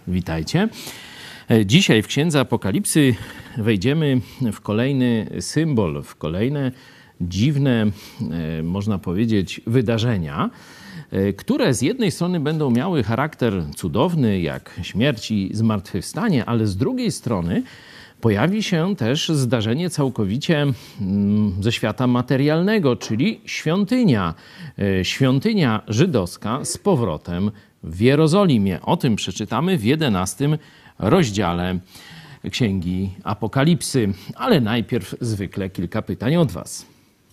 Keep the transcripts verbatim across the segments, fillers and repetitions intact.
Witajcie. Dzisiaj w Księdze Apokalipsy wejdziemy w kolejny symbol, w kolejne dziwne, można powiedzieć, wydarzenia, które z jednej strony będą miały charakter cudowny, jak śmierć i zmartwychwstanie, ale z drugiej strony pojawi się też zdarzenie całkowicie ze świata materialnego, czyli świątynia, świątynia żydowska z powrotem w Jerozolimie. O tym przeczytamy w jedenastym rozdziale Księgi Apokalipsy. Ale najpierw zwykle kilka pytań od was.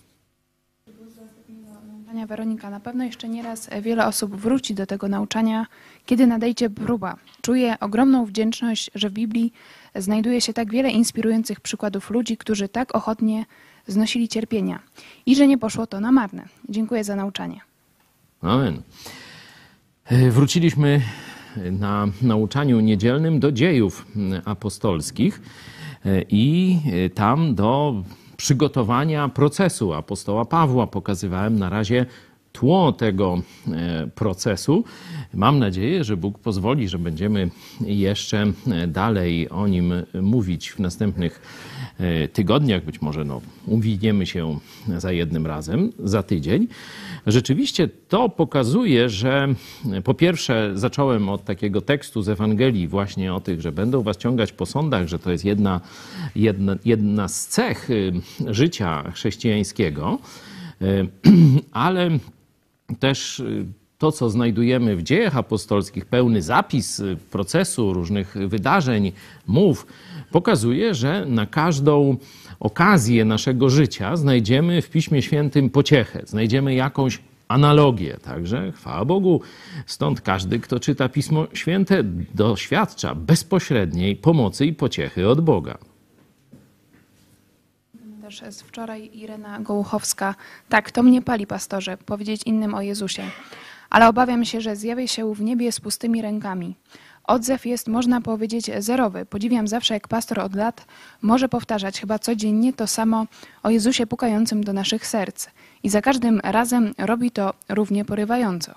Pania Weronika, na pewno jeszcze nieraz wiele osób wróci do tego nauczania, kiedy nadejdzie próba. Czuję ogromną wdzięczność, że w Biblii znajduje się tak wiele inspirujących przykładów ludzi, którzy tak ochotnie znosili cierpienia i że nie poszło to na marne. Dziękuję za nauczanie. Amen. Wróciliśmy na nauczaniu niedzielnym do dziejów apostolskich i tam do przygotowania procesu apostoła Pawła. Pokazywałem na razie tło tego procesu. Mam nadzieję, że Bóg pozwoli, że będziemy jeszcze dalej o nim mówić w następnych tygodniach. Być może no, uwiniemy się za jednym razem, za tydzień. Rzeczywiście to pokazuje, że po pierwsze zacząłem od takiego tekstu z Ewangelii właśnie o tych, że będą was ciągać po sądach, że to jest jedna, jedna, jedna z cech życia chrześcijańskiego, ale też to, co znajdujemy w dziejach apostolskich, pełny zapis procesu, różnych wydarzeń, mów, pokazuje, że na każdą okazję naszego życia znajdziemy w Piśmie Świętym pociechę, znajdziemy jakąś analogię. Także chwała Bogu, stąd każdy, kto czyta Pismo Święte, doświadcza bezpośredniej pomocy i pociechy od Boga. Też z wczoraj Irena Gołuchowska. Tak, to mnie pali, pastorze, powiedzieć innym o Jezusie. Ale obawiam się, że zjawię się w niebie z pustymi rękami. Odzew jest, można powiedzieć, zerowy. Podziwiam zawsze, jak pastor od lat może powtarzać chyba codziennie to samo o Jezusie pukającym do naszych serc. I za każdym razem robi to równie porywająco.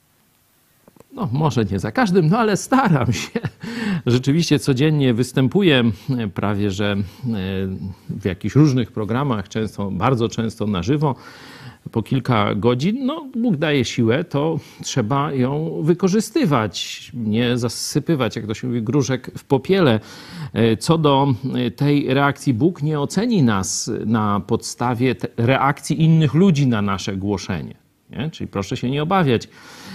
No, może nie za każdym, no ale staram się. Rzeczywiście codziennie występuję prawie, że w jakichś różnych programach, często, bardzo często na żywo, po kilka godzin. No, Bóg daje siłę, to trzeba ją wykorzystywać, nie zasypywać, jak to się mówi, gruszek w popiele. Co do tej reakcji, Bóg nie oceni nas na podstawie reakcji innych ludzi na nasze głoszenie. Nie? Czyli proszę się nie obawiać.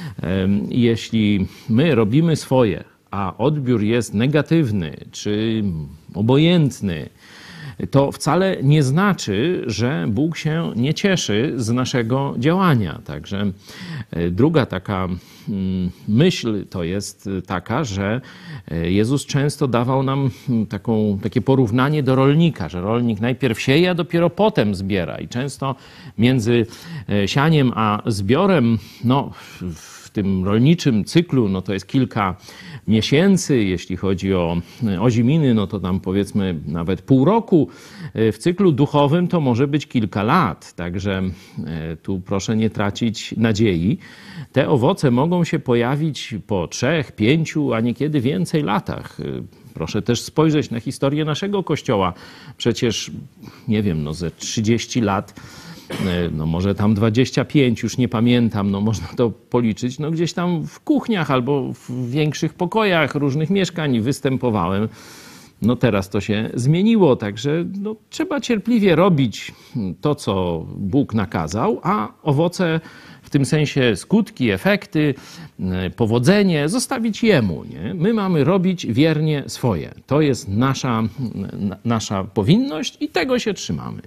Jeśli my robimy swoje, a odbiór jest negatywny czy obojętny, to wcale nie znaczy, że Bóg się nie cieszy z naszego działania. Także druga taka myśl to jest taka, że Jezus często dawał nam taką, takie porównanie do rolnika, że rolnik najpierw sieje, a dopiero potem zbiera. I często między sianiem a zbiorem, no w tym rolniczym cyklu, no to jest kilka miesięcy, jeśli chodzi o oziminy, no to tam powiedzmy nawet pół roku. W cyklu duchowym to może być kilka lat, także tu proszę nie tracić nadziei. Te owoce mogą się pojawić po trzech, pięciu, a niekiedy więcej latach. Proszę też spojrzeć na historię naszego Kościoła. Przecież, nie wiem, no ze trzydzieści lat, no może tam dwadzieścia pięć, już nie pamiętam, no można to policzyć, no gdzieś tam w kuchniach albo w większych pokojach różnych mieszkań występowałem. No teraz to się zmieniło, także no, trzeba cierpliwie robić to, co Bóg nakazał, a owoce, w tym sensie skutki, efekty, powodzenie zostawić Jemu. Nie? My mamy robić wiernie swoje. To jest nasza, nasza powinność i tego się trzymamy.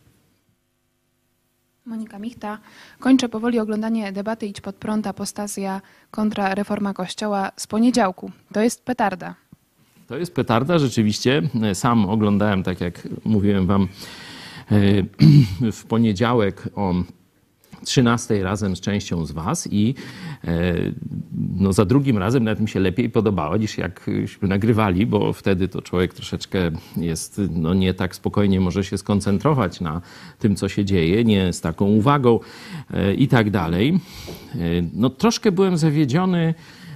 Monika Michta. Kończę powoli oglądanie debaty Idź pod prąd, apostazja kontra reforma Kościoła z poniedziałku. To jest petarda. To jest petarda, rzeczywiście. Sam oglądałem, tak jak mówiłem wam, w poniedziałek o trzynastej razem z częścią z was i no, za drugim razem nawet mi się lepiej podobało niż jakśmy nagrywali, bo wtedy to człowiek troszeczkę jest, no nie tak spokojnie może się skoncentrować na tym, co się dzieje, nie z taką uwagą i tak dalej. No troszkę byłem zawiedziony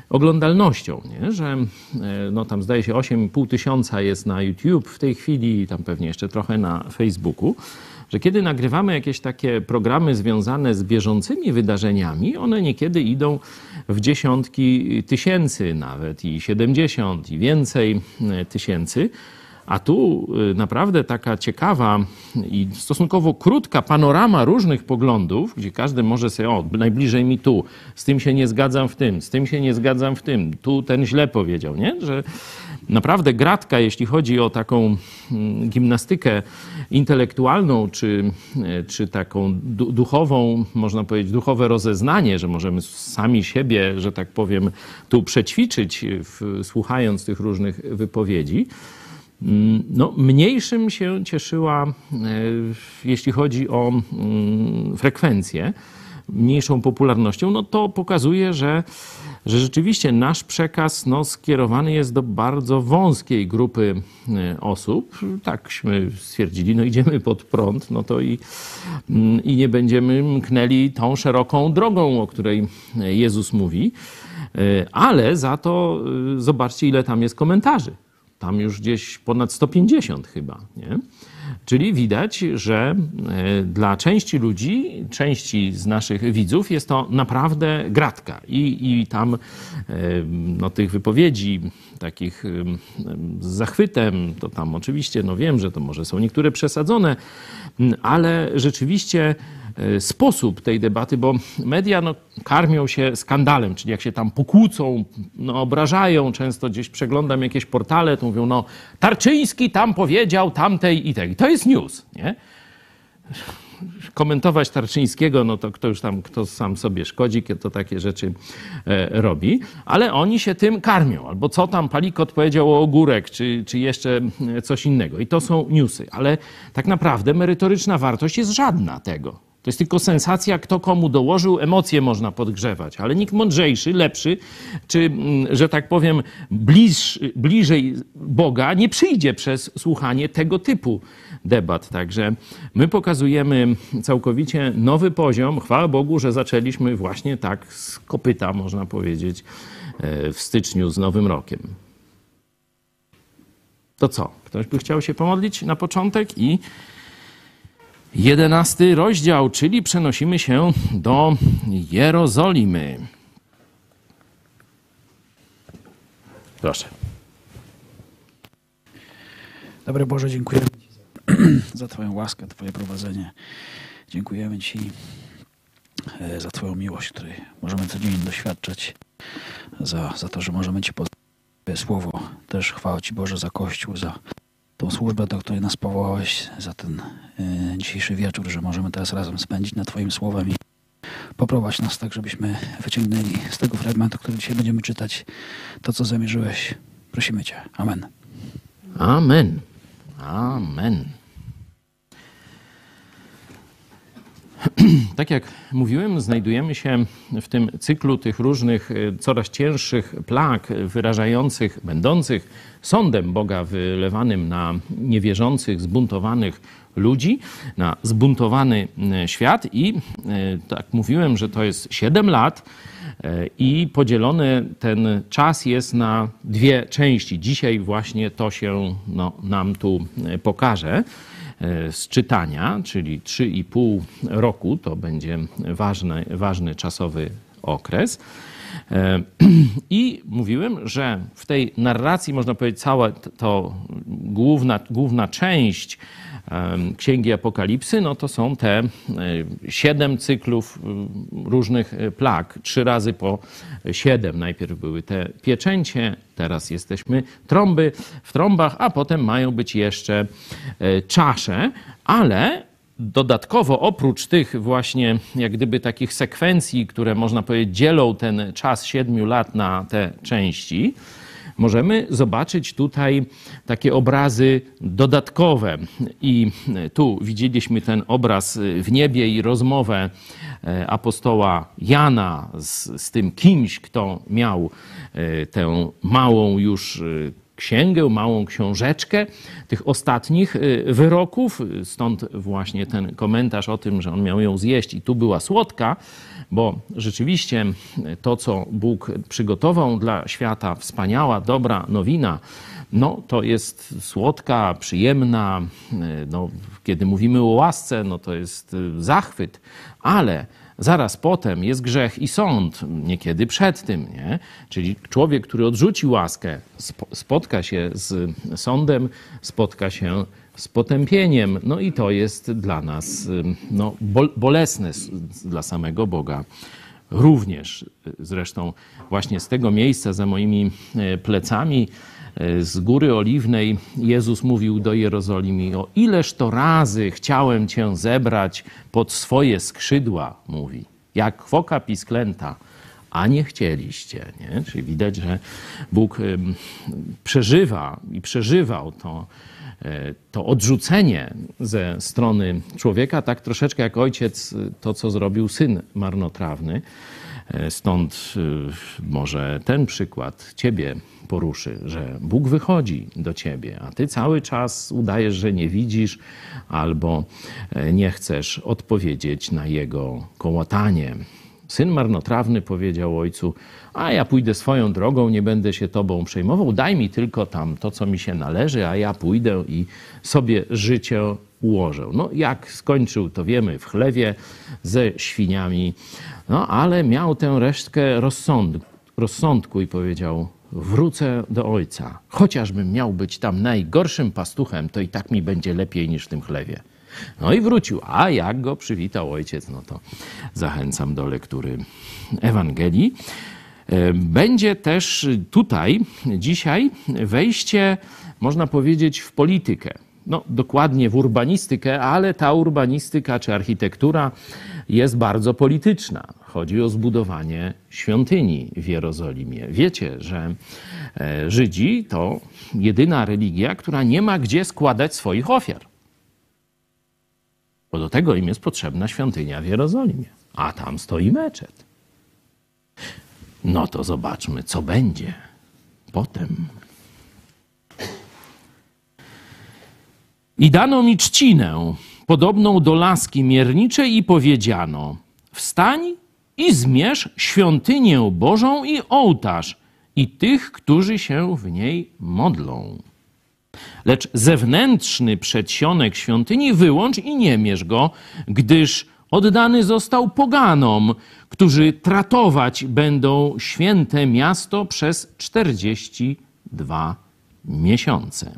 oglądalnością, nie? Że no tam zdaje się osiem i pół tysiąca jest na YouTube w tej chwili, tam pewnie jeszcze trochę na Facebooku, że kiedy nagrywamy jakieś takie programy związane z bieżącymi wydarzeniami, one niekiedy idą w dziesiątki tysięcy nawet i siedemdziesiąt i więcej tysięcy. A tu naprawdę taka ciekawa i stosunkowo krótka panorama różnych poglądów, gdzie każdy może sobie, o, najbliżej mi tu, z tym się nie zgadzam w tym, z tym się nie zgadzam w tym, tu ten źle powiedział, nie? Że naprawdę gratka, jeśli chodzi o taką gimnastykę intelektualną, czy, czy taką duchową, można powiedzieć, duchowe rozeznanie, że możemy sami siebie, że tak powiem, tu przećwiczyć, w, słuchając tych różnych wypowiedzi. No, mniejszym się cieszyła, jeśli chodzi o frekwencję, mniejszą popularnością, no to pokazuje, że, że rzeczywiście nasz przekaz no, skierowany jest do bardzo wąskiej grupy osób. Takśmy stwierdzili, no idziemy pod prąd, no to i, i nie będziemy mknęli tą szeroką drogą, o której Jezus mówi, ale za to zobaczcie, ile tam jest komentarzy. Tam już gdzieś ponad sto pięćdziesiąt chyba, nie? Czyli widać, że dla części ludzi, części z naszych widzów jest to naprawdę gratka. I, i tam no, tych wypowiedzi takich z zachwytem, to tam oczywiście, no wiem, że to może są niektóre przesadzone, ale rzeczywiście sposób tej debaty, bo media no, karmią się skandalem, czyli jak się tam pokłócą, no, obrażają, często gdzieś przeglądam jakieś portale, to mówią, no Tarczyński tam powiedział tamtej i tej. To jest news, nie? Komentować Tarczyńskiego, no to kto już tam, kto sam sobie szkodzi, kto takie rzeczy e, robi, ale oni się tym karmią. Albo co tam Palikot powiedział o ogórek, czy, czy jeszcze coś innego. I to są newsy, ale tak naprawdę merytoryczna wartość jest żadna tego. To jest tylko sensacja, kto komu dołożył, emocje można podgrzewać, ale nikt mądrzejszy, lepszy, czy, że tak powiem, bliż, bliżej Boga nie przyjdzie przez słuchanie tego typu debat. Także my pokazujemy całkowicie nowy poziom. Chwała Bogu, że zaczęliśmy właśnie tak z kopyta, można powiedzieć, w styczniu z Nowym Rokiem. To co? Ktoś by chciał się pomodlić na początek i jedenasty rozdział, czyli przenosimy się do Jerozolimy. Proszę. Dobry Boże, dziękujemy Ci za, za Twoją łaskę, Twoje prowadzenie. Dziękujemy Ci za Twoją miłość, której możemy codziennie doświadczać, za, za to, że możemy Ci poznać Twoje słowo. Też chwała Ci Boże za Kościół, za tą służbę, do której nas powołałeś, za ten y, dzisiejszy wieczór, że możemy teraz razem spędzić nad Twoim słowem i poprowadź nas tak, żebyśmy wyciągnęli z tego fragmentu, który dzisiaj będziemy czytać, to, co zamierzyłeś. Prosimy Cię. Amen. Amen. Amen. Tak jak mówiłem, znajdujemy się w tym cyklu tych różnych, coraz cięższych plag wyrażających, będących sądem Boga wylewanym na niewierzących, zbuntowanych ludzi, na zbuntowany świat i tak mówiłem, że to jest siedem lat i podzielony ten czas jest na dwie części. Dzisiaj właśnie to się no, nam tu pokaże z czytania, czyli trzy i pół roku, to będzie ważny, ważny czasowy okres. I mówiłem, że w tej narracji, można powiedzieć, cała to główna, główna część Księgi Apokalipsy, no to są te siedem cyklów różnych plag, trzy razy po siedem. Najpierw były te pieczęcie, teraz jesteśmy trąby w trąbach, a potem mają być jeszcze czasze, ale dodatkowo oprócz tych właśnie jak gdyby takich sekwencji, które można powiedzieć dzielą ten czas siedmiu lat na te części, możemy zobaczyć tutaj takie obrazy dodatkowe. I tu widzieliśmy ten obraz w niebie i rozmowę apostoła Jana z, z tym kimś, kto miał tę małą już księgę, małą książeczkę tych ostatnich wyroków. Stąd właśnie ten komentarz o tym, że on miał ją zjeść i tu była słodka, bo rzeczywiście to, co Bóg przygotował dla świata, wspaniała, dobra nowina, no to jest słodka, przyjemna. No, kiedy mówimy o łasce, no to jest zachwyt, ale zaraz potem jest grzech i sąd, niekiedy przed tym, nie? Czyli człowiek, który odrzuci łaskę, spotka się z sądem, spotka się z potępieniem. No i to jest dla nas no, bolesne dla samego Boga również. Zresztą właśnie z tego miejsca za moimi plecami z Góry Oliwnej Jezus mówił do Jerozolimy: o ileż to razy chciałem cię zebrać pod swoje skrzydła, mówi, jak foka pisklęta, a nie chcieliście. Nie? Czyli widać, że Bóg przeżywa i przeżywał to, to odrzucenie ze strony człowieka, tak troszeczkę jak ojciec to, co zrobił syn marnotrawny. Stąd może ten przykład ciebie poruszy, że Bóg wychodzi do ciebie, a ty cały czas udajesz, że nie widzisz albo nie chcesz odpowiedzieć na jego kołatanie. Syn marnotrawny powiedział ojcu: a ja pójdę swoją drogą, nie będę się tobą przejmował, daj mi tylko tam to, co mi się należy, a ja pójdę i sobie życie ułożę. No jak skończył, to wiemy, w chlewie ze świniami, no ale miał tę resztkę rozsądku, rozsądku i powiedział: wrócę do ojca. Chociażbym miał być tam najgorszym pastuchem, to i tak mi będzie lepiej niż w tym chlewie. No i wrócił. A jak go przywitał ojciec, no to zachęcam do lektury Ewangelii. Będzie też tutaj dzisiaj wejście, można powiedzieć, w politykę. No, dokładnie w urbanistykę, ale ta urbanistyka czy architektura jest bardzo polityczna. Chodzi o zbudowanie świątyni w Jerozolimie. Wiecie, że Żydzi to jedyna religia, która nie ma gdzie składać swoich ofiar. Bo do tego im jest potrzebna świątynia w Jerozolimie. A tam stoi meczet. No to zobaczmy, co będzie potem. I dano mi trzcinę, podobną do laski mierniczej, i powiedziano: wstań i zmierz świątynię Bożą i ołtarz i tych, którzy się w niej modlą. Lecz zewnętrzny przedsionek świątyni wyłącz i nie mierz go, gdyż oddany został poganom, którzy tratować będą święte miasto przez czterdzieści dwa miesiące.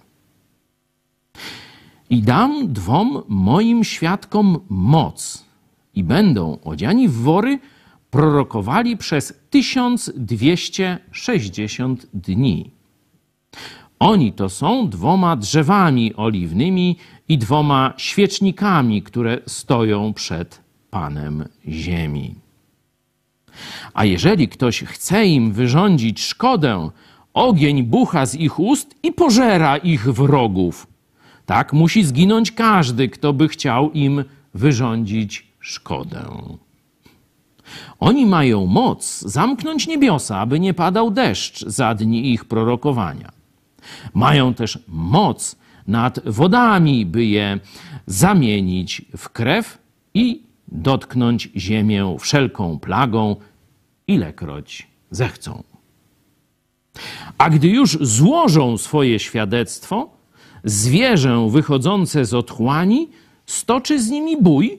I dam dwom moim świadkom moc i będą odziani w wory, prorokowali przez tysiąc dwieście sześćdziesiąt dni. Oni to są dwoma drzewami oliwnymi i dwoma świecznikami, które stoją przed Panem ziemi. A jeżeli ktoś chce im wyrządzić szkodę, ogień bucha z ich ust i pożera ich wrogów. Tak musi zginąć każdy, kto by chciał im wyrządzić szkodę. Oni mają moc zamknąć niebiosa, aby nie padał deszcz za dni ich prorokowania. Mają też moc nad wodami, by je zamienić w krew i dotknąć ziemię wszelką plagą, ilekroć zechcą. A gdy już złożą swoje świadectwo, zwierzę wychodzące z otchłani stoczy z nimi bój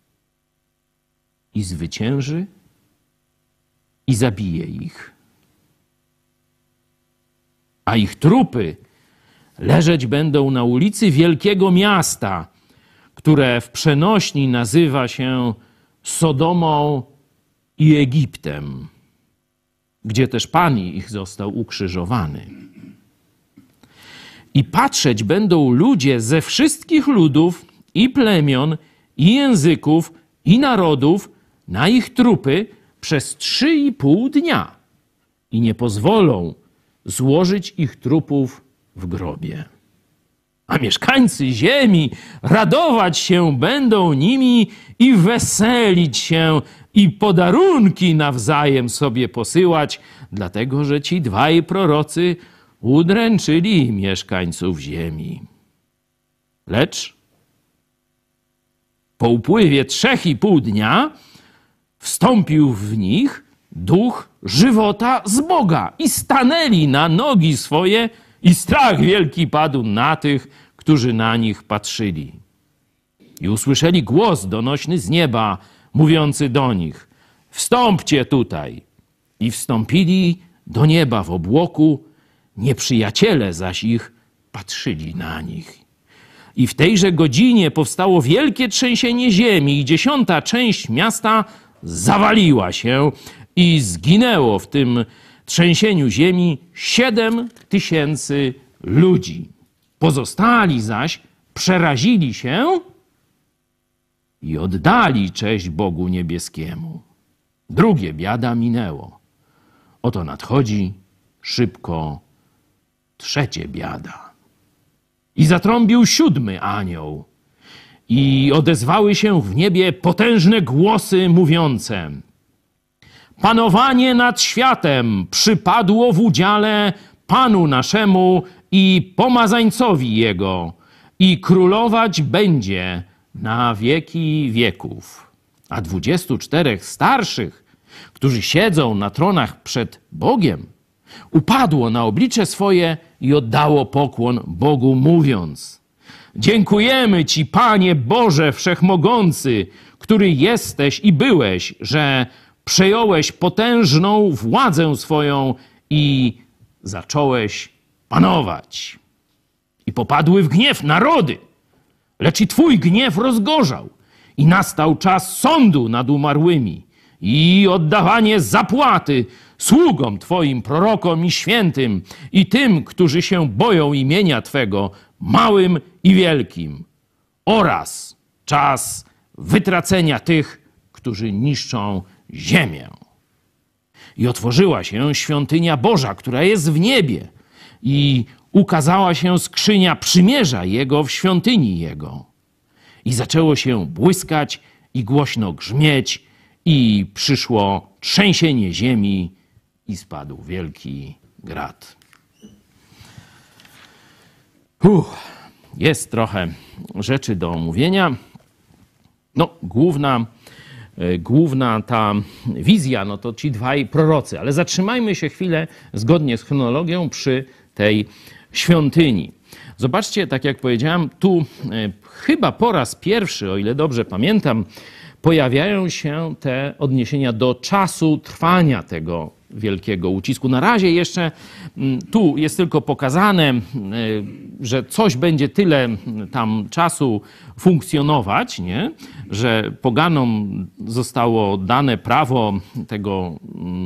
i zwycięży i zabije ich. A ich trupy leżeć będą na ulicy wielkiego miasta, które w przenośni nazywa się Sodomą i Egiptem, gdzie też Pan ich został ukrzyżowany. I patrzeć będą ludzie ze wszystkich ludów i plemion, i języków, i narodów na ich trupy przez trzy i pół dnia i nie pozwolą złożyć ich trupów w grobie. A mieszkańcy ziemi radować się będą nimi i weselić się i podarunki nawzajem sobie posyłać, dlatego że ci dwaj prorocy udręczyli mieszkańców ziemi. Lecz po upływie trzech i pół dnia wstąpił w nich duch żywota z Boga i stanęli na nogi swoje i strach wielki padł na tych, którzy na nich patrzyli. I usłyszeli głos donośny z nieba, mówiący do nich: wstąpcie tutaj. I wstąpili do nieba w obłoku, nieprzyjaciele zaś ich patrzyli na nich. I w tejże godzinie powstało wielkie trzęsienie ziemi i dziesiąta część miasta zawaliła się i zginęło w tym trzęsieniu ziemi siedem tysięcy ludzi. Pozostali zaś przerazili się i oddali cześć Bogu niebieskiemu. Drugie biada minęło. Oto nadchodzi szybko trzecie biada. I zatrąbił siódmy anioł. I odezwały się w niebie potężne głosy mówiące: panowanie nad światem przypadło w udziale Panu naszemu i pomazańcowi Jego i królować będzie na wieki wieków. A dwudziestu czterech starszych, którzy siedzą na tronach przed Bogiem, upadło na oblicze swoje i oddało pokłon Bogu, mówiąc: dziękujemy Ci, Panie Boże Wszechmogący, który jesteś i byłeś, że przejąłeś potężną władzę swoją i zacząłeś panować. I popadły w gniew narody, lecz i Twój gniew rozgorzał i nastał czas sądu nad umarłymi i oddawanie zapłaty sługom Twoim, prorokom i świętym i tym, którzy się boją imienia Twego, małym i wielkim, oraz czas wytracenia tych, którzy niszczą ziemię. I otworzyła się świątynia Boża, która jest w niebie, i ukazała się skrzynia przymierza Jego w świątyni Jego. I zaczęło się błyskać i głośno grzmieć, i przyszło trzęsienie ziemi i spadł wielki grad. Uff, jest trochę rzeczy do omówienia. No, główna, główna ta wizja, no to ci dwaj prorocy, ale zatrzymajmy się chwilę zgodnie z chronologią przy tej świątyni. Zobaczcie, tak jak powiedziałem, tu chyba po raz pierwszy, o ile dobrze pamiętam, pojawiają się te odniesienia do czasu trwania tego wielkiego ucisku. Na razie jeszcze tu jest tylko pokazane, że coś będzie tyle tam czasu funkcjonować, nie? Że poganom zostało dane prawo tego,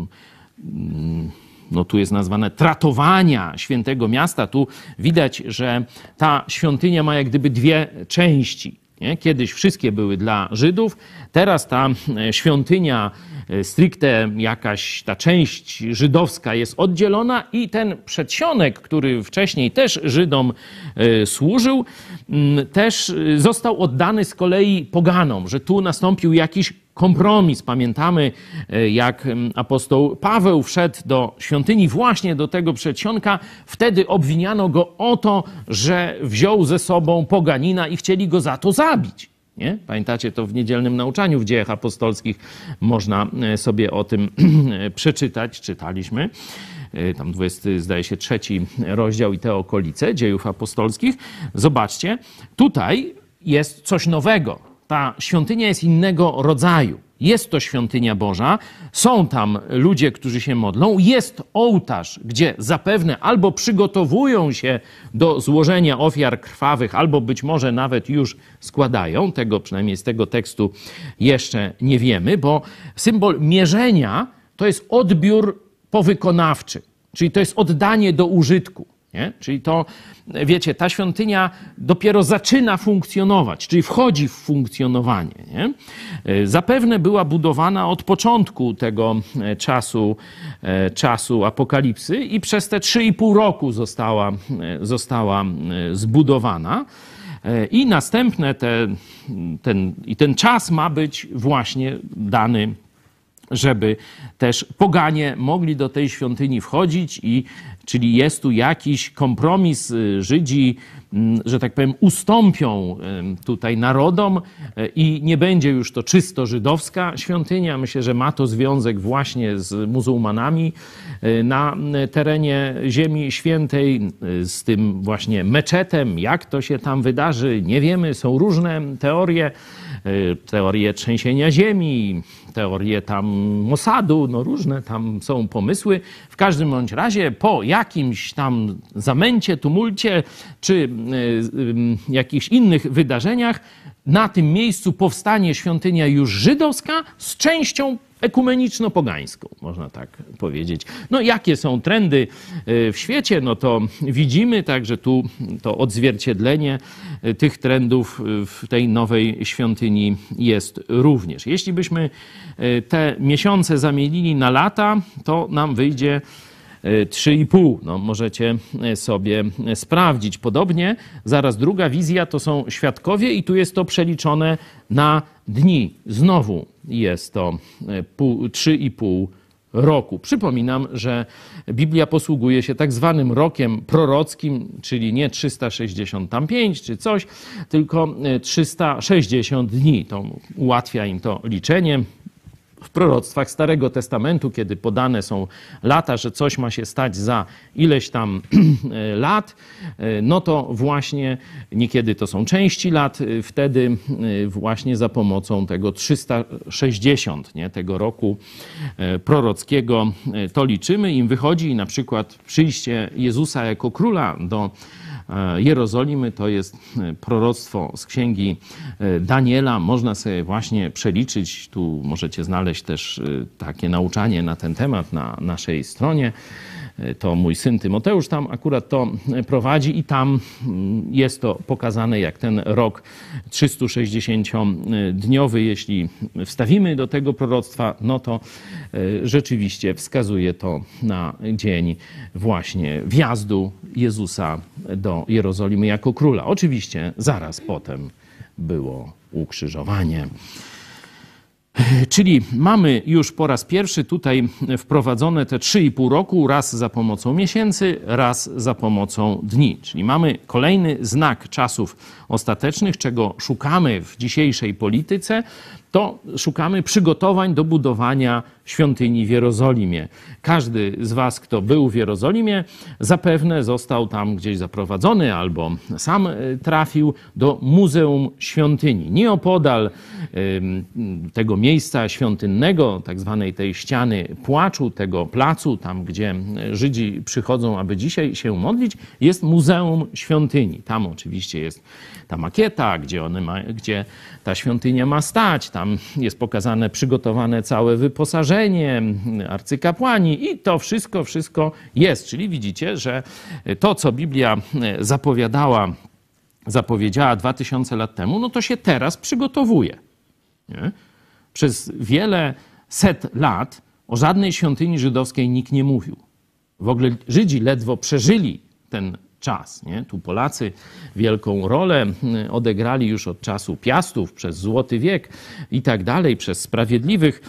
no tu jest nazwane tratowania świętego miasta. Tu widać, że ta świątynia ma jak gdyby dwie części. Nie? Kiedyś wszystkie były dla Żydów, teraz ta świątynia stricte jakaś, ta część żydowska jest oddzielona i ten przedsionek, który wcześniej też Żydom służył, też został oddany z kolei poganom, że tu nastąpił jakiś kompromis. Pamiętamy, jak apostoł Paweł wszedł do świątyni właśnie do tego przedsionka. Wtedy obwiniano go o to, że wziął ze sobą poganina i chcieli go za to zabić. Nie? Pamiętacie to w niedzielnym nauczaniu w Dziejach Apostolskich. Można sobie o tym przeczytać. Czytaliśmy. Tam dwudziesty, zdaje się, trzeci rozdział i te okolice Dziejów Apostolskich. Zobaczcie, tutaj jest coś nowego. Ta świątynia jest innego rodzaju. Jest to świątynia Boża, są tam ludzie, którzy się modlą, jest ołtarz, gdzie zapewne albo przygotowują się do złożenia ofiar krwawych, albo być może nawet już składają. Tego przynajmniej z tego tekstu jeszcze nie wiemy, bo symbol mierzenia to jest odbiór powykonawczy, czyli to jest oddanie do użytku. Nie? Czyli to, wiecie, ta świątynia dopiero zaczyna funkcjonować, czyli wchodzi w funkcjonowanie. Nie? Zapewne była budowana od początku tego czasu, czasu apokalipsy i przez te trzy i pół roku została, została zbudowana. I następne te, ten, i ten czas ma być właśnie dany, żeby też poganie mogli do tej świątyni wchodzić i czyli jest tu jakiś kompromis. Żydzi, że tak powiem, ustąpią tutaj narodom i nie będzie już to czysto żydowska świątynia. Myślę, że ma to związek właśnie z muzułmanami na terenie Ziemi Świętej, z tym właśnie meczetem. Jak to się tam wydarzy, nie wiemy. Są różne teorie. Teorie trzęsienia ziemi, teorie tam Mossadu, no różne tam są pomysły. W każdym bądź razie po jakimś tam zamęcie, tumulcie czy y, y, jakichś innych wydarzeniach na tym miejscu powstanie świątynia już żydowska z częścią ekumeniczno-pogańską, można tak powiedzieć. No jakie są trendy w świecie, no to widzimy, także tu to odzwierciedlenie tych trendów w tej nowej świątyni jest również. Jeśli byśmy te miesiące zamienili na lata, to nam wyjdzie trzy i pół. No, możecie sobie sprawdzić. Podobnie zaraz druga wizja to są świadkowie i tu jest to przeliczone na dni. Znowu jest to trzy i pół roku. Przypominam, że Biblia posługuje się tak zwanym rokiem prorockim, czyli nie trzysta sześćdziesiąt pięć czy coś, tylko trzysta sześćdziesiąt dni. To ułatwia im to liczenie. W proroctwach Starego Testamentu, kiedy podane są lata, że coś ma się stać za ileś tam lat, no to właśnie niekiedy to są części lat, wtedy właśnie za pomocą tego trzysta sześćdziesiąt, nie, tego roku prorockiego to liczymy. Im wychodzi na przykład przyjście Jezusa jako króla do Jerozolimy, to jest proroctwo z księgi Daniela. Można sobie właśnie przeliczyć. Tu możecie znaleźć też takie nauczanie na ten temat na naszej stronie. To mój syn Tymoteusz tam akurat to prowadzi i tam jest to pokazane, jak ten rok trzystušesťdesięciodniowy, jeśli wstawimy do tego proroctwa, no to rzeczywiście wskazuje to na dzień właśnie wjazdu Jezusa do Jerozolimy jako króla. Oczywiście zaraz potem było ukrzyżowanie. Czyli mamy już po raz pierwszy tutaj wprowadzone te trzy i pół roku, raz za pomocą miesięcy, raz za pomocą dni. Czyli mamy kolejny znak czasów ostatecznych, czego szukamy w dzisiejszej polityce, to szukamy przygotowań do budowania świątyni w Jerozolimie. Każdy z was, kto był w Jerozolimie, zapewne został tam gdzieś zaprowadzony albo sam trafił do Muzeum Świątyni. Nieopodal tego miejsca świątynnego, tak zwanej tej ściany płaczu, tego placu, tam gdzie Żydzi przychodzą, aby dzisiaj się modlić, jest Muzeum Świątyni. Tam oczywiście jest ta makieta, gdzie, one ma, gdzie ta świątynia ma stać. Tam jest pokazane, przygotowane całe wyposażenie, arcykapłani i to wszystko, wszystko jest. Czyli widzicie, że to, co Biblia zapowiadała, zapowiedziała dwa tysiące lat temu, no to się teraz przygotowuje. Nie? Przez wiele set lat o żadnej świątyni żydowskiej nikt nie mówił. W ogóle Żydzi ledwo przeżyli ten czas. Nie? Tu Polacy wielką rolę odegrali już od czasu Piastów, przez Złoty Wiek i tak dalej, przez Sprawiedliwych.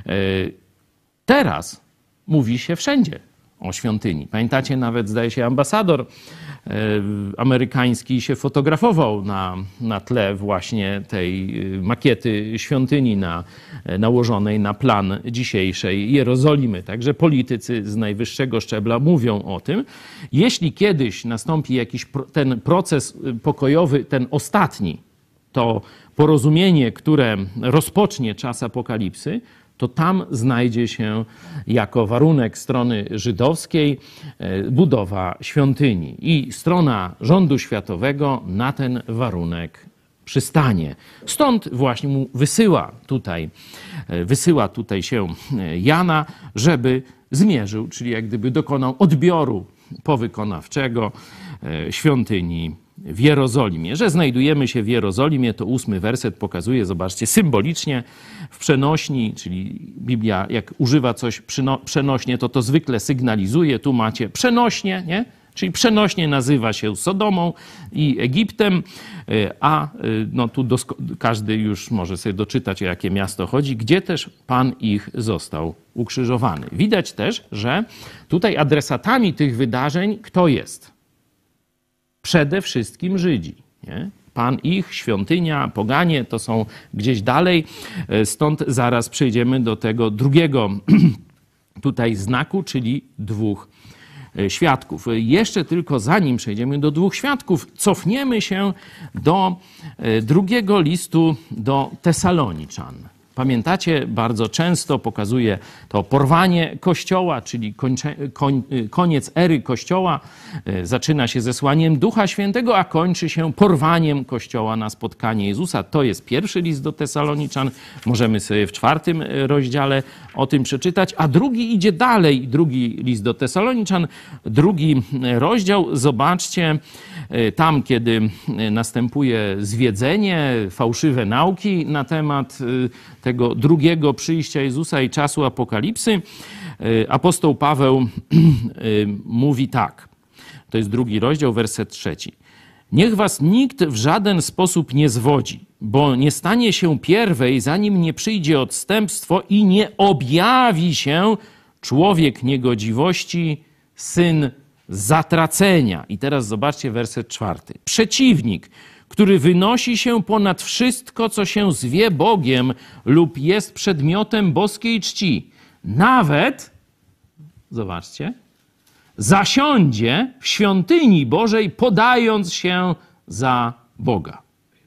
Teraz mówi się wszędzie o świątyni. Pamiętacie, nawet zdaje się ambasador amerykański się fotografował na, na tle właśnie tej makiety świątyni na, nałożonej na plan dzisiejszej Jerozolimy. Także politycy z najwyższego szczebla mówią o tym. Jeśli kiedyś nastąpi jakiś pro, ten proces pokojowy, ten ostatni, to porozumienie, które rozpocznie czas apokalipsy, to tam znajdzie się jako warunek strony żydowskiej budowa świątyni. I strona rządu światowego na ten warunek przystanie. Stąd właśnie mu wysyła tutaj, wysyła tutaj się Jana, żeby zmierzył, czyli jak gdyby dokonał odbioru powykonawczego świątyni w Jerozolimie. Że znajdujemy się w Jerozolimie, to ósmy werset pokazuje, zobaczcie, symbolicznie w przenośni, czyli Biblia jak używa coś przenośnie, to to zwykle sygnalizuje. Tu macie przenośnie, nie? Czyli przenośnie nazywa się Sodomą i Egiptem, a no tu każdy już może sobie doczytać, o jakie miasto chodzi, gdzie też Pan ich został ukrzyżowany. Widać też, że tutaj adresatami tych wydarzeń kto jest? Przede wszystkim Żydzi. Nie? Pan ich, świątynia, poganie to są gdzieś dalej. Stąd zaraz przejdziemy do tego drugiego tutaj znaku, czyli dwóch świadków. Jeszcze tylko zanim przejdziemy do dwóch świadków, cofniemy się do drugiego listu do Tesaloniczan. Pamiętacie, bardzo często pokazuje to porwanie Kościoła, czyli kończe, koń, koniec ery Kościoła. Zaczyna się zesłaniem Ducha Świętego, a kończy się porwaniem Kościoła na spotkanie Jezusa. To jest pierwszy list do Tesaloniczan. Możemy sobie w czwartym rozdziale o tym przeczytać. A drugi idzie dalej. Drugi list do Tesaloniczan, drugi rozdział. Zobaczcie, tam kiedy następuje zwiedzenie, fałszywe nauki na temat tego drugiego przyjścia Jezusa i czasu apokalipsy, apostoł Paweł mówi tak. To jest drugi rozdział, werset trzeci. Niech was nikt w żaden sposób nie zwodzi, bo nie stanie się pierwej, zanim nie przyjdzie odstępstwo i nie objawi się człowiek niegodziwości, syn zatracenia. I teraz zobaczcie werset czwarty. Przeciwnik, który wynosi się ponad wszystko, co się zwie Bogiem lub jest przedmiotem boskiej czci, nawet, zobaczcie, zasiądzie w świątyni Bożej, podając się za Boga.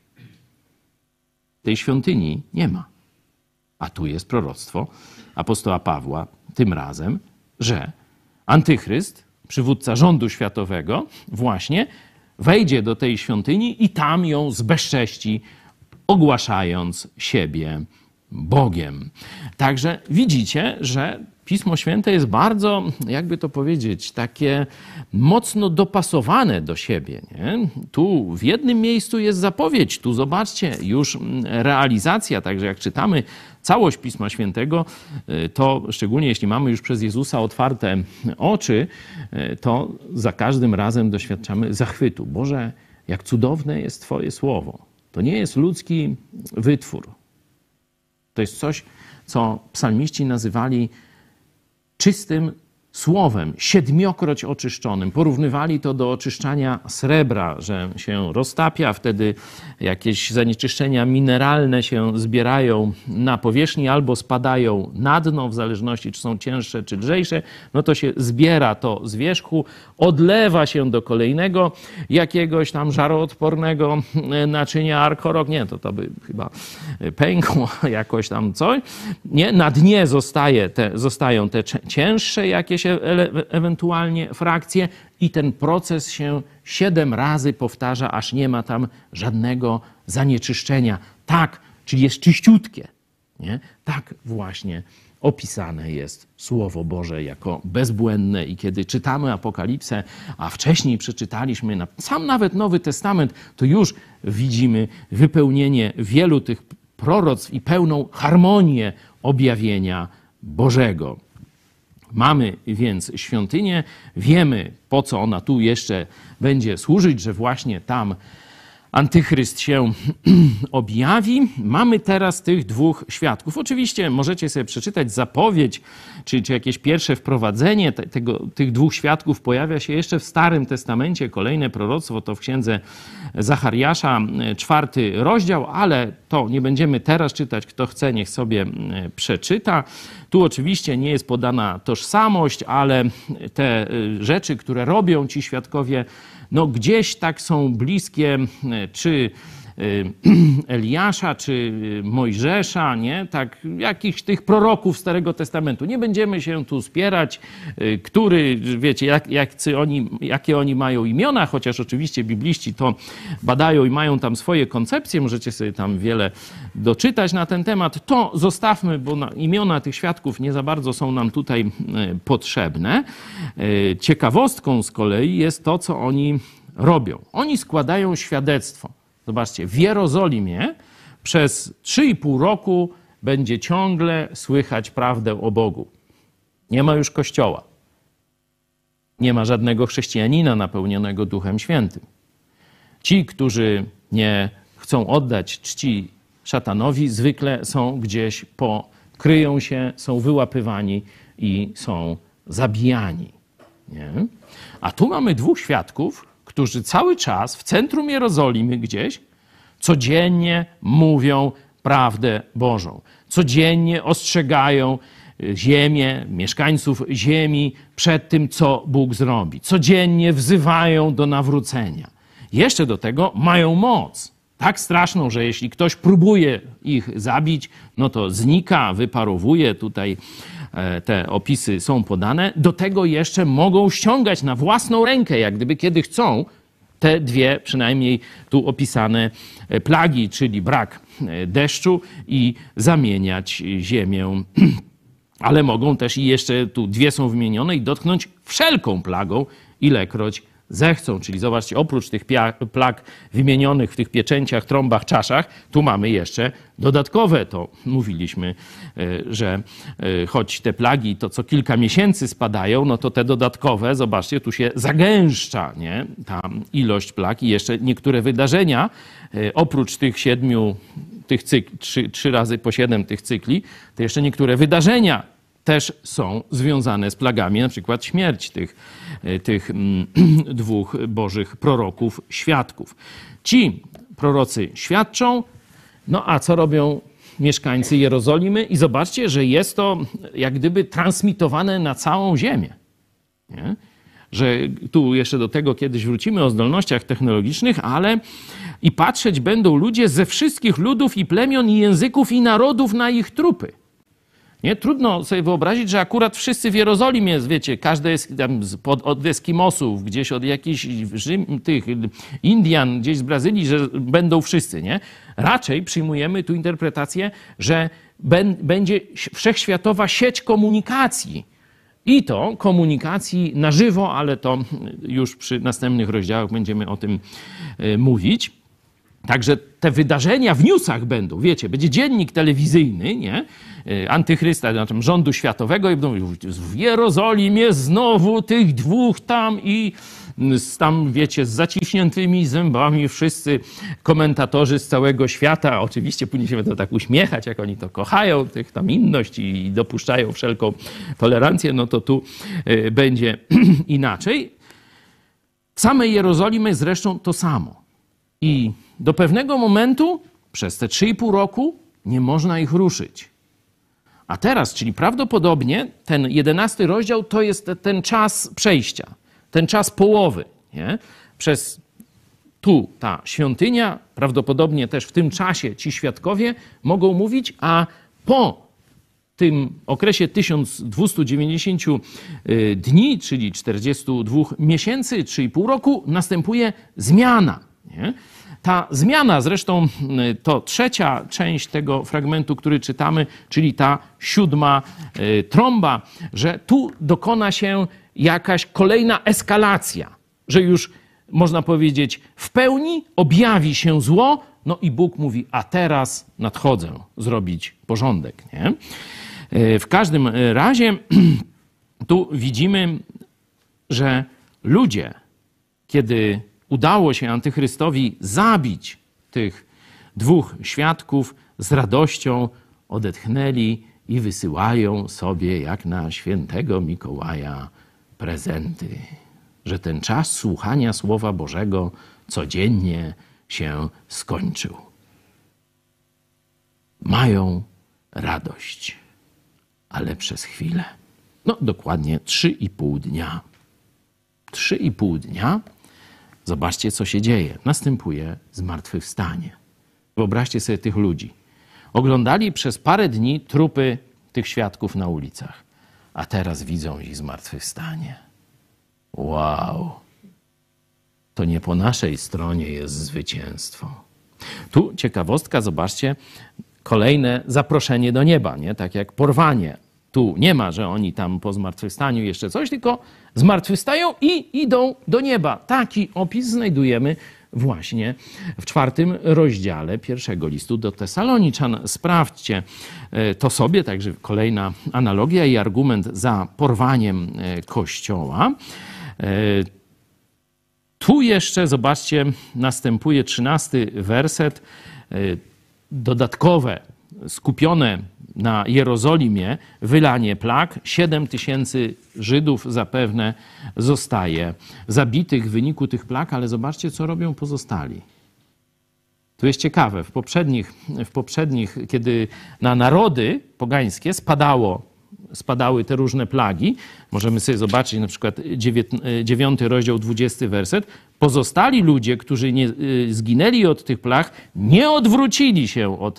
Tej świątyni nie ma. A tu jest proroctwo apostoła Pawła tym razem, że antychryst, przywódca rządu światowego, właśnie wejdzie do tej świątyni i tam ją zbezcześci, ogłaszając siebie Bogiem. Także widzicie, że Pismo Święte jest bardzo, jakby to powiedzieć, takie mocno dopasowane do siebie. Nie? Tu w jednym miejscu jest zapowiedź, tu zobaczcie, już realizacja. Także jak czytamy całość Pisma Świętego, to szczególnie jeśli mamy już przez Jezusa otwarte oczy, to za każdym razem doświadczamy zachwytu. Boże, jak cudowne jest Twoje słowo. To nie jest ludzki wytwór. To jest coś, co psalmiści nazywali czystym słowem, siedmiokroć oczyszczonym. Porównywali to do oczyszczania srebra, że się roztapia, wtedy jakieś zanieczyszczenia mineralne się zbierają na powierzchni albo spadają na dno, w zależności czy są cięższe czy lżejsze, no to się zbiera to z wierzchu, odlewa się do kolejnego jakiegoś tam żaroodpornego naczynia arkorok. Nie, to to by chyba pękło jakoś tam coś. Nie, na dnie zostaje te, zostają te cięższe jakieś e ewentualnie frakcje i ten proces się siedem razy powtarza, aż nie ma tam żadnego zanieczyszczenia. Tak, czyli jest czyściutkie. Nie? Tak właśnie opisane jest Słowo Boże jako bezbłędne i kiedy czytamy Apokalipsę, a wcześniej przeczytaliśmy na, sam nawet Nowy Testament, to już widzimy wypełnienie wielu tych proroctw i pełną harmonię objawienia Bożego. Mamy więc świątynię, wiemy, po co ona tu jeszcze będzie służyć, że właśnie tam antychryst się objawi. Mamy teraz tych dwóch świadków. Oczywiście możecie sobie przeczytać zapowiedź, czy, czy jakieś pierwsze wprowadzenie te, tego, tych dwóch świadków pojawia się jeszcze w Starym Testamencie. Kolejne proroctwo to w księdze Zachariasza, czwarty rozdział, ale to nie będziemy teraz czytać. Kto chce, niech sobie przeczyta. Tu oczywiście nie jest podana tożsamość, ale te rzeczy, które robią ci świadkowie, no gdzieś tak są bliskie czy Eliasza, czy Mojżesza, nie? Tak, jakichś tych proroków Starego Testamentu. Nie będziemy się tu spierać, który, wiecie, jak, jak oni, jakie oni mają imiona, chociaż oczywiście bibliści to badają i mają tam swoje koncepcje, możecie sobie tam wiele doczytać na ten temat. To zostawmy, bo imiona tych świadków nie za bardzo są nam tutaj potrzebne. Ciekawostką z kolei jest to, co oni robią. Oni składają świadectwo. Zobaczcie, w Jerozolimie przez trzy i pół roku będzie ciągle słychać prawdę o Bogu. Nie ma już kościoła. Nie ma żadnego chrześcijanina napełnionego Duchem Świętym. Ci, którzy nie chcą oddać czci szatanowi, zwykle są gdzieś po, kryją się, są wyłapywani i są zabijani. Nie? A tu mamy dwóch świadków, którzy cały czas w centrum Jerozolimy gdzieś codziennie mówią prawdę Bożą. Codziennie ostrzegają ziemię, mieszkańców ziemi przed tym, co Bóg zrobi. Codziennie wzywają do nawrócenia. Jeszcze do tego mają moc. Tak straszną, że jeśli ktoś próbuje ich zabić, no to znika, wyparowuje. Tutaj te opisy są podane. Do tego jeszcze mogą ściągać na własną rękę, jak gdyby kiedy chcą, te dwie przynajmniej tu opisane plagi, czyli brak deszczu i zamieniać ziemię. Ale mogą też, i jeszcze tu dwie są wymienione, i dotknąć wszelką plagą, ilekroć zechcą. Czyli zobaczcie, oprócz tych plag wymienionych w tych pieczęciach, trąbach, czaszach, tu mamy jeszcze dodatkowe. To mówiliśmy, że choć te plagi to co kilka miesięcy spadają, no to te dodatkowe, zobaczcie, tu się zagęszcza, nie? Ta ilość plag i jeszcze niektóre wydarzenia, oprócz tych siedmiu, tych cykli, trzy, trzy razy po siedem tych cykli, to jeszcze niektóre wydarzenia też są związane z plagami, na przykład śmierć tych, tych dwóch bożych proroków, świadków. Ci prorocy świadczą, no a co robią mieszkańcy Jerozolimy? I zobaczcie, że jest to jak gdyby transmitowane na całą ziemię. Nie? Że tu jeszcze do tego kiedyś wrócimy o zdolnościach technologicznych, ale i patrzeć będą ludzie ze wszystkich ludów i plemion i języków i narodów na ich trupy. Nie? Trudno sobie wyobrazić, że akurat wszyscy w Jerozolimie, wiecie, każdy jest tam od, od Eskimosów, gdzieś od jakichś Rzym, tych Indian, gdzieś z Brazylii, że będą wszyscy, nie? Raczej przyjmujemy tu interpretację, że ben, będzie wszechświatowa sieć komunikacji. I to komunikacji na żywo, ale to już przy następnych rozdziałach będziemy o tym mówić. Także te wydarzenia w newsach będą, wiecie, będzie dziennik telewizyjny, nie? Antychrysta, znaczy rządu światowego i będą mówić, w Jerozolimie znowu tych dwóch tam i z tam, wiecie, z zaciśniętymi zębami wszyscy komentatorzy z całego świata. Oczywiście później się będą tak uśmiechać, jak oni to kochają, tych tam inność i dopuszczają wszelką tolerancję, no to tu będzie inaczej. W samej Jerozolimie zresztą to samo. I do pewnego momentu, przez te trzy i pół roku, nie można ich ruszyć. A teraz, czyli prawdopodobnie ten jedenasty rozdział to jest ten czas przejścia, ten czas połowy. Nie? Przez tu ta świątynia, prawdopodobnie też w tym czasie ci świadkowie mogą mówić, a po tym okresie tysiąc dwieście dziewięćdziesiąt dni, czyli czterdziestu dwóch miesięcy, trzy i pół roku, następuje zmiana. Nie? Ta zmiana, zresztą to trzecia część tego fragmentu, który czytamy, czyli ta siódma trąba, że tu dokona się jakaś kolejna eskalacja, że już można powiedzieć w pełni objawi się zło, no i Bóg mówi, a teraz nadchodzę zrobić porządek. Nie? W każdym razie tu widzimy, że ludzie, kiedy udało się Antychrystowi zabić tych dwóch świadków, z radością odetchnęli i wysyłają sobie jak na świętego Mikołaja prezenty. Że ten czas słuchania Słowa Bożego codziennie się skończył. Mają radość, ale przez chwilę. No dokładnie trzy i pół dnia. Trzy i pół dnia. Zobaczcie, co się dzieje. Następuje zmartwychwstanie. Wyobraźcie sobie tych ludzi. Oglądali przez parę dni trupy tych świadków na ulicach, a teraz widzą ich zmartwychwstanie. Wow! To nie po naszej stronie jest zwycięstwo. Tu ciekawostka, zobaczcie, kolejne zaproszenie do nieba, nie? Tak jak porwanie. Tu nie ma, że oni tam po zmartwychwstaniu jeszcze coś, tylko zmartwychwstają i idą do nieba. Taki opis znajdujemy właśnie w czwartym rozdziale pierwszego listu do Tesaloniczan. Sprawdźcie to sobie, także kolejna analogia i argument za porwaniem Kościoła. Tu jeszcze, zobaczcie, następuje trzynasty werset, dodatkowe, skupione na Jerozolimie wylanie plag. Siedem tysięcy Żydów zapewne zostaje zabitych w wyniku tych plag, ale zobaczcie, co robią pozostali. To jest ciekawe. W poprzednich, w poprzednich kiedy na narody pogańskie spadało, spadały te różne plagi, możemy sobie zobaczyć na przykład dziewiąty rozdział, dwudziesty werset, pozostali ludzie, którzy nie zginęli od tych plag, nie odwrócili się od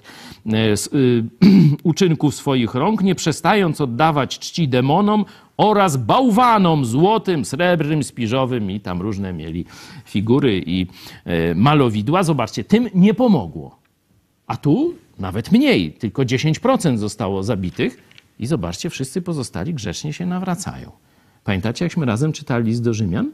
uczynków swoich rąk, nie przestając oddawać czci demonom oraz bałwanom złotym, srebrnym, spiżowym i tam różne mieli figury i malowidła. Zobaczcie, tym nie pomogło. A tu nawet mniej, tylko dziesięć procent zostało zabitych i zobaczcie, wszyscy pozostali grzecznie się nawracają. Pamiętacie, jakśmy razem czytali list do Rzymian?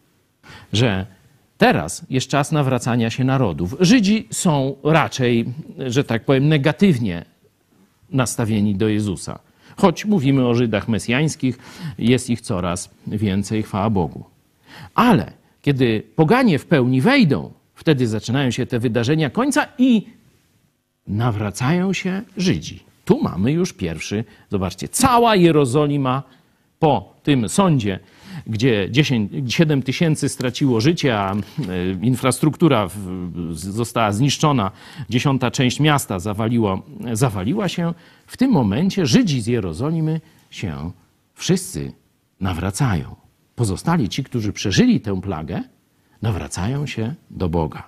Że teraz jest czas nawracania się narodów. Żydzi są raczej, że tak powiem, negatywnie nastawieni do Jezusa. Choć mówimy o Żydach mesjańskich, jest ich coraz więcej, chwała Bogu. Ale kiedy poganie w pełni wejdą, wtedy zaczynają się te wydarzenia końca i nawracają się Żydzi. Tu mamy już pierwszy, zobaczcie, cała Jerozolima po tym sądzie, gdzie siedem tysięcy straciło życie, a infrastruktura została zniszczona, dziesiąta część miasta zawaliło, zawaliła się, w tym momencie Żydzi z Jerozolimy się wszyscy nawracają. Pozostali ci, którzy przeżyli tę plagę, nawracają się do Boga.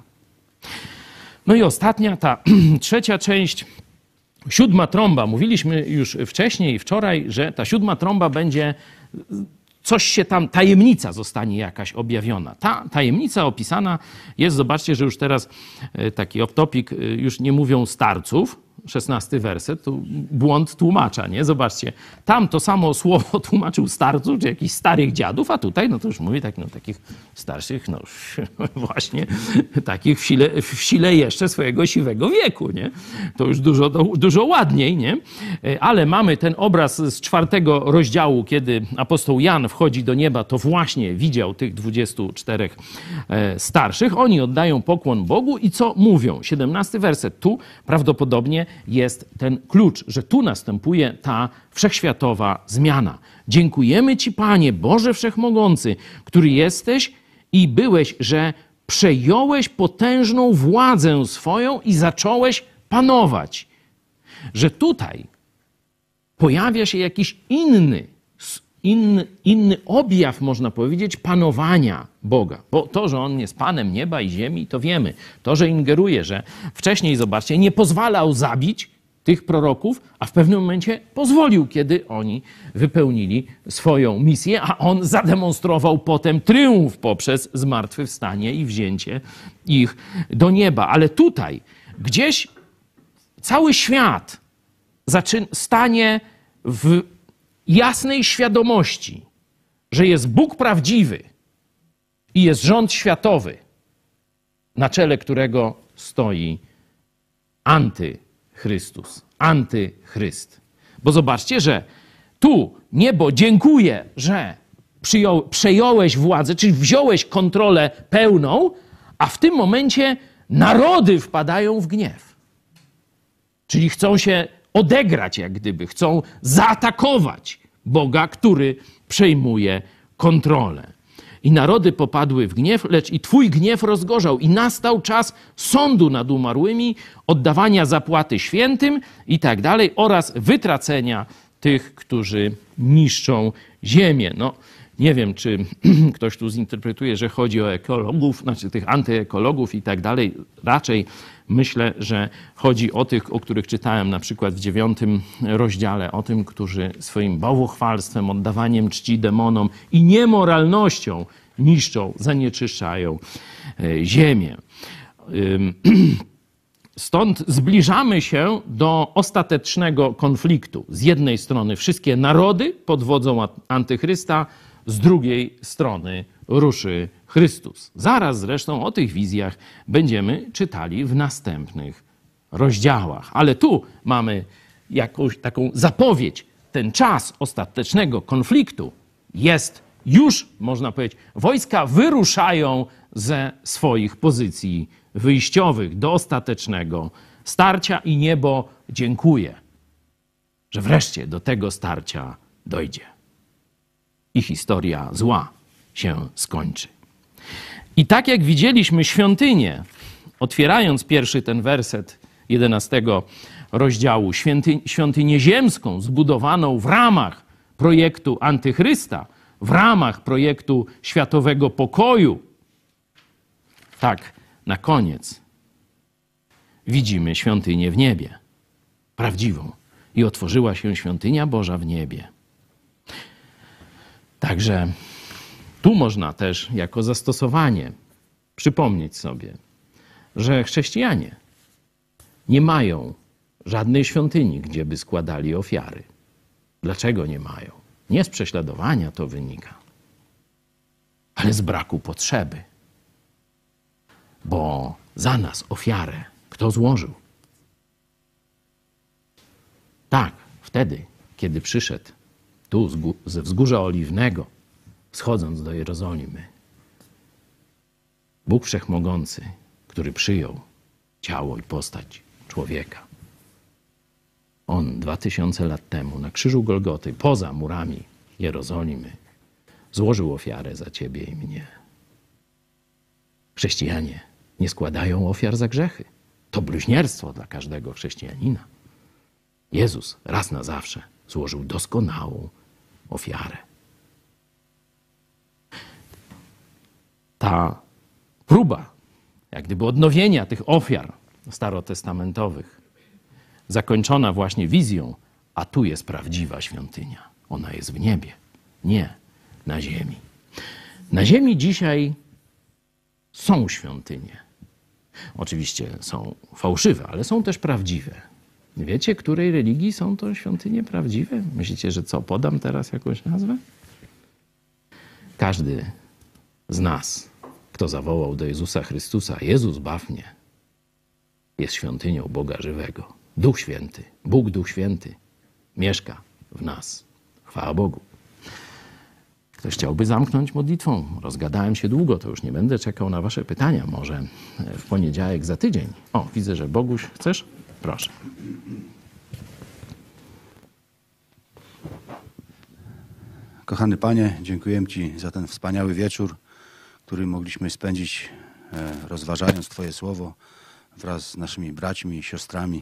No i ostatnia, ta trzecia część, siódma trąba. Mówiliśmy już wcześniej, wczoraj, że ta siódma trąba będzie, coś się tam, tajemnica zostanie jakaś objawiona. Ta tajemnica opisana jest, zobaczcie, że już teraz taki off-topic, już nie mówią starców, szesnasty werset, to błąd tłumacza, nie? Zobaczcie, tam to samo słowo tłumaczył starców, czy jakichś starych dziadów, a tutaj, no to już mówi tak, no takich starszych, no właśnie, takich w sile, w sile jeszcze swojego siwego wieku, nie? To już dużo, dużo ładniej, nie? Ale mamy ten obraz z czwartego rozdziału, kiedy apostoł Jan wchodzi do nieba, to właśnie widział tych dwudziestu czterech starszych. Oni oddają pokłon Bogu i co mówią? siedemnasty werset. Tu prawdopodobnie jest ten klucz, że tu następuje ta wszechświatowa zmiana. Dziękujemy Ci, Panie, Boże Wszechmogący, który jesteś i byłeś, że przejąłeś potężną władzę swoją i zacząłeś panować. Że tutaj pojawia się jakiś inny, inny, inny objaw, można powiedzieć, panowania Boga. Bo to, że On jest Panem nieba i ziemi, to wiemy. To, że ingeruje, że wcześniej, zobaczcie, nie pozwalał zabić tych proroków, a w pewnym momencie pozwolił, kiedy oni wypełnili swoją misję, a On zademonstrował potem triumf poprzez zmartwychwstanie i wzięcie ich do nieba. Ale tutaj gdzieś cały świat zaczyna, stanie w jasnej świadomości, że jest Bóg prawdziwy i jest rząd światowy, na czele którego stoi antychrystus, antychryst. Bo zobaczcie, że tu niebo dziękuję, że przyjął, przejąłeś władzę, czyli wziąłeś kontrolę pełną, a w tym momencie narody wpadają w gniew. Czyli chcą się odegrać, jak gdyby, chcą zaatakować Boga, który przejmuje kontrolę. I narody popadły w gniew, lecz i Twój gniew rozgorzał i nastał czas sądu nad umarłymi, oddawania zapłaty świętym i tak dalej oraz wytracenia tych, którzy niszczą ziemię. No, nie wiem, czy ktoś tu zinterpretuje, że chodzi o ekologów, znaczy tych antyekologów i tak dalej. Raczej myślę, że chodzi o tych, o których czytałem na przykład w dziewiątym rozdziale, o tym, którzy swoim bałwochwalstwem, oddawaniem czci demonom i niemoralnością niszczą, zanieczyszczają ziemię. Stąd zbliżamy się do ostatecznego konfliktu. Z jednej strony wszystkie narody pod wodzą antychrysta, z drugiej strony ruszy Chrystus. Zaraz zresztą o tych wizjach będziemy czytali w następnych rozdziałach. Ale tu mamy jakąś taką zapowiedź. Ten czas ostatecznego konfliktu jest już, można powiedzieć, wojska wyruszają ze swoich pozycji wyjściowych do ostatecznego starcia i niebo dziękuję, że wreszcie do tego starcia dojdzie. I historia zła się skończy. I tak jak widzieliśmy świątynię, otwierając pierwszy ten werset jedenastego rozdziału, świąty, świątynię ziemską zbudowaną w ramach projektu Antychrysta, w ramach projektu światowego pokoju, tak na koniec widzimy świątynię w niebie, prawdziwą. I otworzyła się świątynia Boża w niebie. Także tu można też jako zastosowanie przypomnieć sobie, że chrześcijanie nie mają żadnej świątyni, gdzie by składali ofiary. Dlaczego nie mają? Nie z prześladowania to wynika, ale z braku potrzeby. Bo za nas ofiarę kto złożył? Tak, wtedy, kiedy przyszedł tu ze wzgórza Oliwnego, schodząc do Jerozolimy, Bóg Wszechmogący, który przyjął ciało i postać człowieka. On dwa tysiące lat temu na krzyżu Golgoty, poza murami Jerozolimy, złożył ofiarę za ciebie i mnie. Chrześcijanie nie składają ofiar za grzechy. To bluźnierstwo dla każdego chrześcijanina. Jezus raz na zawsze złożył doskonałą ofiarę. Ta próba, jak gdyby odnowienia tych ofiar starotestamentowych, zakończona właśnie wizją, a tu jest prawdziwa świątynia. Ona jest w niebie, nie na ziemi. Na ziemi dzisiaj są świątynie. Oczywiście są fałszywe, ale są też prawdziwe. Wiecie, której religii są to świątynie prawdziwe? Myślicie, że co, podam teraz jakąś nazwę? Każdy z nas, kto zawołał do Jezusa Chrystusa, Jezus baw mnie, jest świątynią Boga żywego. Duch Święty, Bóg Duch Święty mieszka w nas. Chwała Bogu. Ktoś chciałby zamknąć modlitwą? Rozgadałem się długo, to już nie będę czekał na wasze pytania. Może w poniedziałek za tydzień. O, widzę, że Boguś, chcesz? Proszę. Kochany Panie, dziękuję Ci za ten wspaniały wieczór, który mogliśmy spędzić rozważając Twoje słowo wraz z naszymi braćmi i siostrami.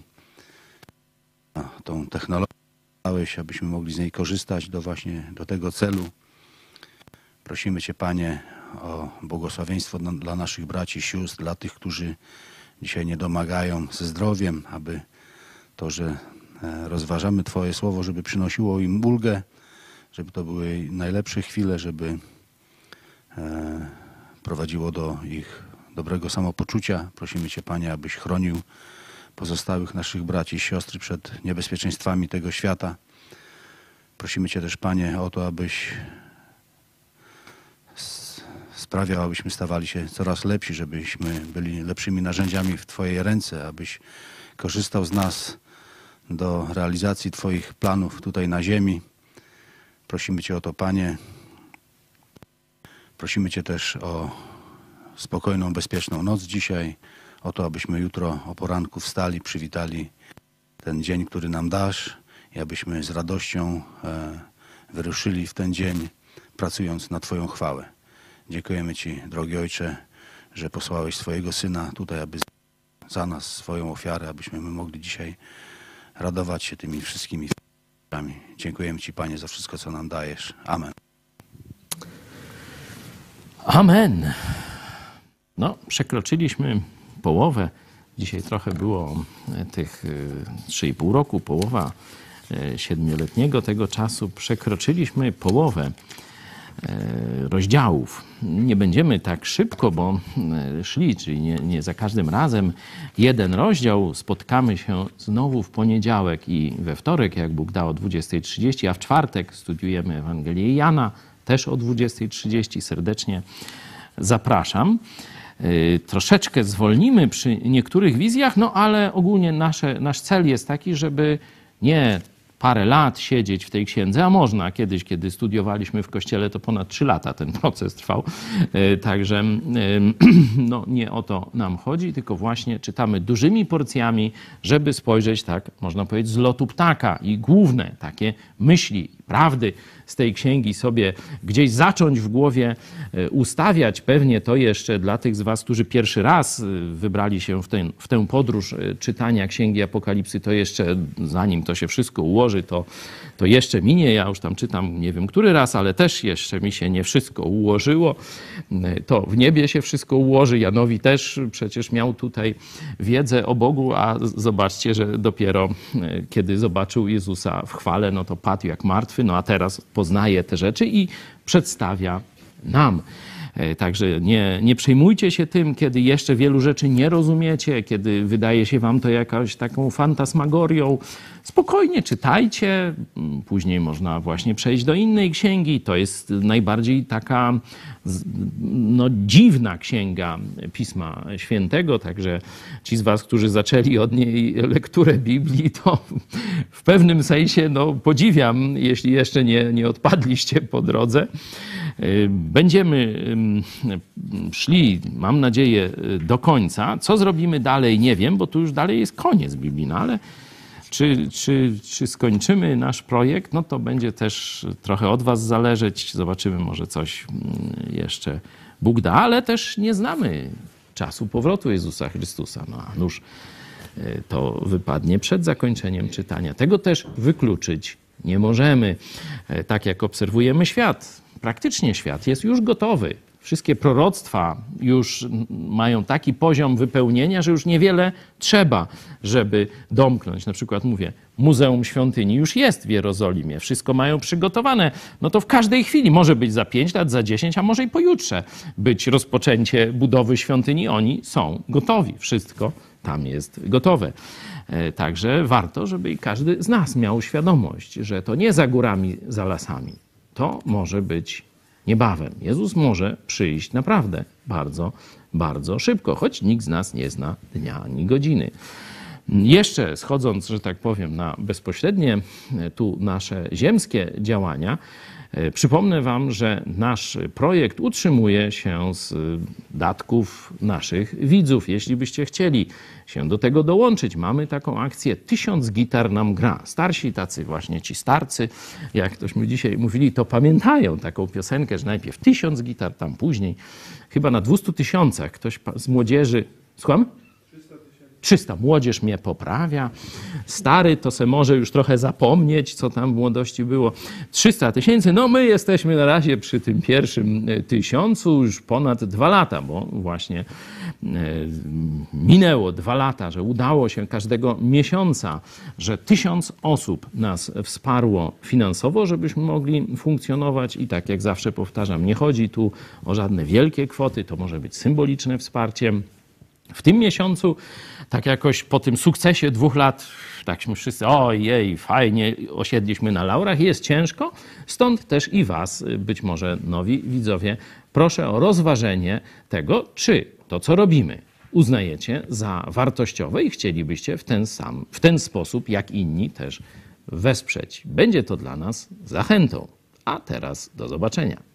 Tą technologię dałeś, abyśmy mogli z niej korzystać do właśnie do tego celu. Prosimy Cię, Panie, o błogosławieństwo dla naszych braci i sióstr, dla tych, którzy dzisiaj nie domagają ze zdrowiem, aby to, że rozważamy Twoje słowo, żeby przynosiło im ulgę, żeby to były najlepsze chwile, żeby prowadziło do ich dobrego samopoczucia. Prosimy Cię, Panie, abyś chronił pozostałych naszych braci i siostry przed niebezpieczeństwami tego świata. Prosimy Cię też, Panie, o to, abyś sprawiał, abyśmy stawali się coraz lepsi, żebyśmy byli lepszymi narzędziami w Twojej ręce, abyś korzystał z nas do realizacji Twoich planów tutaj na ziemi. Prosimy Cię o to, Panie. Prosimy Cię też o spokojną, bezpieczną noc dzisiaj, o to, abyśmy jutro o poranku wstali, przywitali ten dzień, który nam dasz i abyśmy z radością e, wyruszyli w ten dzień, pracując na Twoją chwałę. Dziękujemy Ci, drogi Ojcze, że posłałeś swojego Syna tutaj, aby za nas swoją ofiarę, abyśmy my mogli dzisiaj radować się tymi wszystkimi rzeczami. Dziękujemy Ci, Panie, za wszystko, co nam dajesz. Amen. Amen. No, przekroczyliśmy połowę. Dzisiaj trochę było tych trzy i pół roku, połowa siedmioletniego tego czasu. Przekroczyliśmy połowę rozdziałów. Nie będziemy tak szybko, bo szli, czyli nie, nie za każdym razem jeden rozdział. Spotkamy się znowu w poniedziałek i we wtorek, jak Bóg da, o dwudziestej trzydzieści, a w czwartek studiujemy Ewangelię Jana, też o dwudziestej trzydzieści. Serdecznie zapraszam. Troszeczkę zwolnimy przy niektórych wizjach, no ale ogólnie nasze, nasz cel jest taki, żeby nie parę lat siedzieć w tej księdze, a można. Kiedyś, kiedy studiowaliśmy w kościele, to ponad trzy lata ten proces trwał. Także no, nie o to nam chodzi, tylko właśnie czytamy dużymi porcjami, żeby spojrzeć, tak można powiedzieć, z lotu ptaka i główne takie myśli, prawdy z tej księgi sobie gdzieś zacząć w głowie ustawiać. Pewnie to jeszcze dla tych z was, którzy pierwszy raz wybrali się w, ten, w tę podróż czytania Księgi Apokalipsy, to jeszcze zanim to się wszystko ułoży, to, to jeszcze minie. Ja już tam czytam nie wiem który raz, ale też jeszcze mi się nie wszystko ułożyło. To w niebie się wszystko ułoży. Janowi też przecież miał tutaj wiedzę o Bogu, a zobaczcie, że dopiero kiedy zobaczył Jezusa w chwale, no to padł jak martwy, no a teraz poznaje te rzeczy i przedstawia nam. Także nie, nie przejmujcie się tym, kiedy jeszcze wielu rzeczy nie rozumiecie, kiedy wydaje się wam to jakąś taką fantasmagorią. Spokojnie czytajcie, później można właśnie przejść do innej księgi. To jest najbardziej taka no, dziwna księga Pisma Świętego, także ci z was, którzy zaczęli od niej lekturę Biblii, to w pewnym sensie no, podziwiam, jeśli jeszcze nie, nie odpadliście po drodze. Będziemy szli, mam nadzieję, do końca. Co zrobimy dalej, nie wiem, bo tu już dalej jest koniec Biblii, no ale czy, czy, czy skończymy nasz projekt, no to będzie też trochę od was zależeć. Zobaczymy, może coś jeszcze Bóg da, ale też nie znamy czasu powrotu Jezusa Chrystusa. No a nuż to wypadnie przed zakończeniem czytania. Tego też wykluczyć nie możemy. Tak jak obserwujemy świat, praktycznie świat jest już gotowy. Wszystkie proroctwa już mają taki poziom wypełnienia, że już niewiele trzeba, żeby domknąć. Na przykład mówię, Muzeum Świątyni już jest w Jerozolimie. Wszystko mają przygotowane. No to w każdej chwili może być za pięć lat, za dziesięć, a może i pojutrze być rozpoczęcie budowy świątyni. Oni są gotowi. Wszystko tam jest gotowe. Także warto, żeby i każdy z nas miał świadomość, że to nie za górami, za lasami. To może być niebawem. Jezus może przyjść naprawdę bardzo, bardzo szybko, choć nikt z nas nie zna dnia ani godziny. Jeszcze schodząc, że tak powiem, na bezpośrednie tu nasze ziemskie działania, przypomnę wam, że nasz projekt utrzymuje się z datków naszych widzów. Jeśli byście chcieli się do tego dołączyć, mamy taką akcję Tysiąc gitar nam gra. Starsi, tacy właśnie ci starcy, jak ktośmy dzisiaj mówili, to pamiętają taką piosenkę, że najpierw tysiąc gitar, tam później chyba na dwustu tysiącach ktoś z młodzieży... Słucham? trzysta. Młodzież mnie poprawia. Stary to se może już trochę zapomnieć, co tam w młodości było. trzysta tysięcy. No my jesteśmy na razie przy tym pierwszym tysiącu już ponad dwa lata, bo właśnie minęło dwa lata, że udało się każdego miesiąca, że tysiąc osób nas wsparło finansowo, żebyśmy mogli funkcjonować i tak jak zawsze powtarzam, nie chodzi tu o żadne wielkie kwoty, to może być symboliczne wsparcie. W tym miesiącu, tak jakoś po tym sukcesie dwóch lat, takśmy wszyscy, ojej, fajnie, osiedliśmy na laurach, jest ciężko, stąd też i was, być może nowi widzowie, proszę o rozważenie tego, czy to, co robimy, uznajecie za wartościowe i chcielibyście w ten sam, w ten sposób, jak inni też wesprzeć. Będzie to dla nas zachętą. A teraz do zobaczenia.